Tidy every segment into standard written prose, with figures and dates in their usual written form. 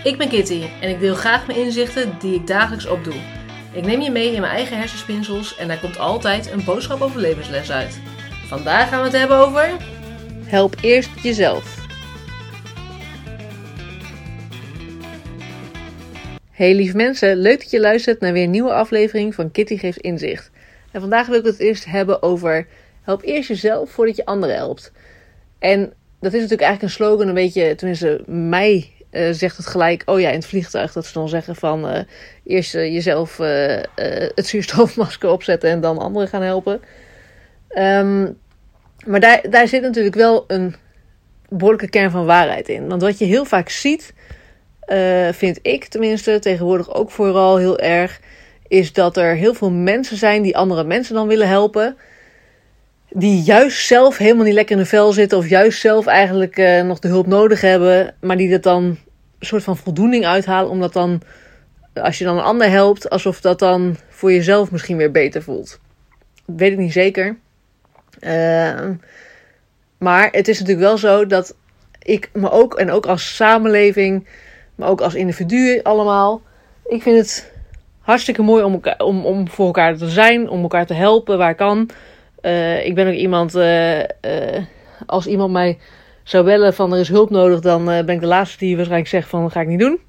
Ik ben Kitty en ik deel graag mijn inzichten die ik dagelijks opdoe. Ik neem je mee in mijn eigen hersenspinsels en daar komt altijd een boodschap over levensles uit. Vandaag gaan we het hebben over... Help eerst jezelf. Hey lieve mensen, leuk dat je luistert naar weer een nieuwe aflevering van Kitty Geeft Inzicht. En vandaag wil ik het eerst hebben over help eerst jezelf voordat je anderen helpt. En dat is natuurlijk eigenlijk een slogan, een beetje, tenminste mij zegt het gelijk, oh ja, in het vliegtuig, dat ze dan zeggen van eerst jezelf het zuurstofmasker opzetten en dan anderen gaan helpen. Maar daar zit natuurlijk wel een behoorlijke kern van waarheid in. Want wat je heel vaak ziet, vind ik tenminste, tegenwoordig ook vooral heel erg, is dat er heel veel mensen zijn die andere mensen dan willen helpen, die juist zelf helemaal niet lekker in hun vel zitten of juist zelf eigenlijk nog de hulp nodig hebben, maar die dat dan een soort van voldoening uithalen, omdat dan, als je dan een ander helpt, alsof dat dan voor jezelf misschien weer beter voelt. Dat weet ik niet zeker. Maar het is natuurlijk wel zo dat ik me ook, en ook als samenleving, maar ook als individu allemaal, ik vind het hartstikke mooi om voor elkaar te zijn, om elkaar te helpen waar kan. Ik ben ook iemand, als iemand mij zou bellen van er is hulp nodig, dan ben ik de laatste die waarschijnlijk zegt van dat ga ik niet doen.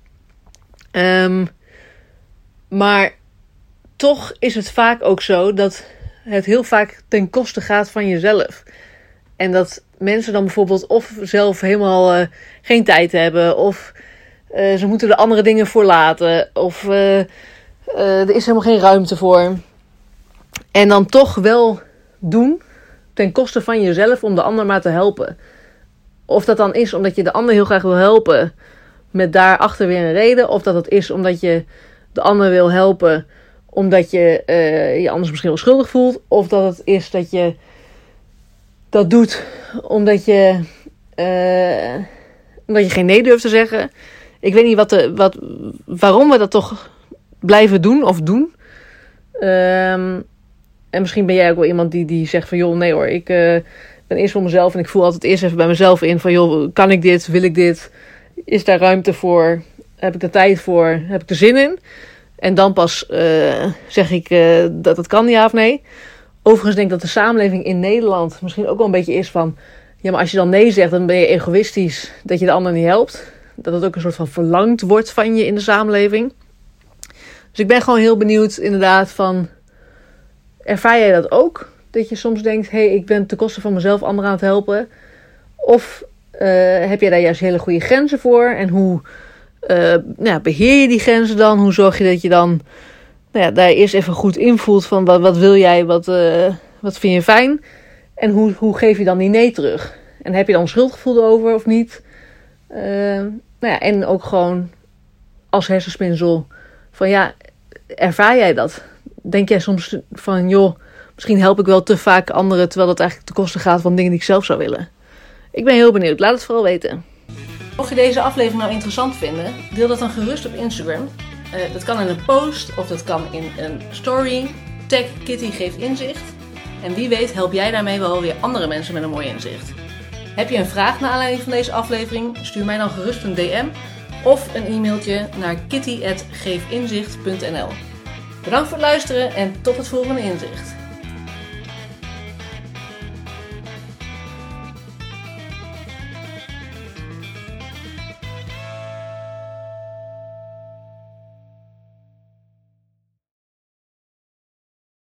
Maar toch is het vaak ook zo dat het heel vaak ten koste gaat van jezelf. En dat mensen dan bijvoorbeeld of zelf helemaal geen tijd hebben, of ze moeten er andere dingen voor laten, of er is helemaal geen ruimte voor. En dan toch wel doen ten koste van jezelf om de ander maar te helpen. Of dat dan is omdat je de ander heel graag wil helpen met daarachter weer een reden, of dat het is omdat je de ander wil helpen omdat je je anders misschien wel schuldig voelt, of dat het is dat je dat doet omdat je geen nee durft te zeggen. Ik weet niet waarom we dat toch blijven doen of doen. En misschien ben jij ook wel iemand die zegt van joh, nee hoor, ik ben eerst voor mezelf en ik voel altijd eerst even bij mezelf in van joh, kan ik dit, wil ik dit? Is daar ruimte voor? Heb ik er tijd voor? Heb ik er zin in? En dan pas zeg ik dat het kan, ja of nee. Overigens denk ik dat de samenleving in Nederland misschien ook wel een beetje is van, ja, maar als je dan nee zegt, dan ben je egoïstisch dat je de ander niet helpt. Dat het ook een soort van verlangd wordt van je in de samenleving. Dus ik ben gewoon heel benieuwd inderdaad van, ervaar jij dat ook? Dat je soms denkt, hey, ik ben ten koste van mezelf anderen aan het helpen. Of heb jij daar juist hele goede grenzen voor? En hoe beheer je die grenzen dan? Hoe zorg je dat je dan daar eerst even goed invoelt van wat wil jij, wat vind je fijn? En hoe geef je dan die nee terug? En heb je dan schuldgevoel over of niet? En ook gewoon als hersenspinsel van ja, ervaar jij dat? Denk jij soms van joh, misschien help ik wel te vaak anderen, terwijl dat eigenlijk ten koste gaat van dingen die ik zelf zou willen? Ik ben heel benieuwd, laat het vooral weten. Mocht je deze aflevering nou interessant vinden, deel dat dan gerust op Instagram. Dat kan in een post of dat kan in een story. Tag Kitty Geeft Inzicht. En wie weet help jij daarmee wel weer andere mensen met een mooi inzicht. Heb je een vraag naar aanleiding van deze aflevering? Stuur mij dan gerust een DM of een e-mailtje naar kitty@geefinzicht.nl. Bedankt voor het luisteren en tot het volgende inzicht.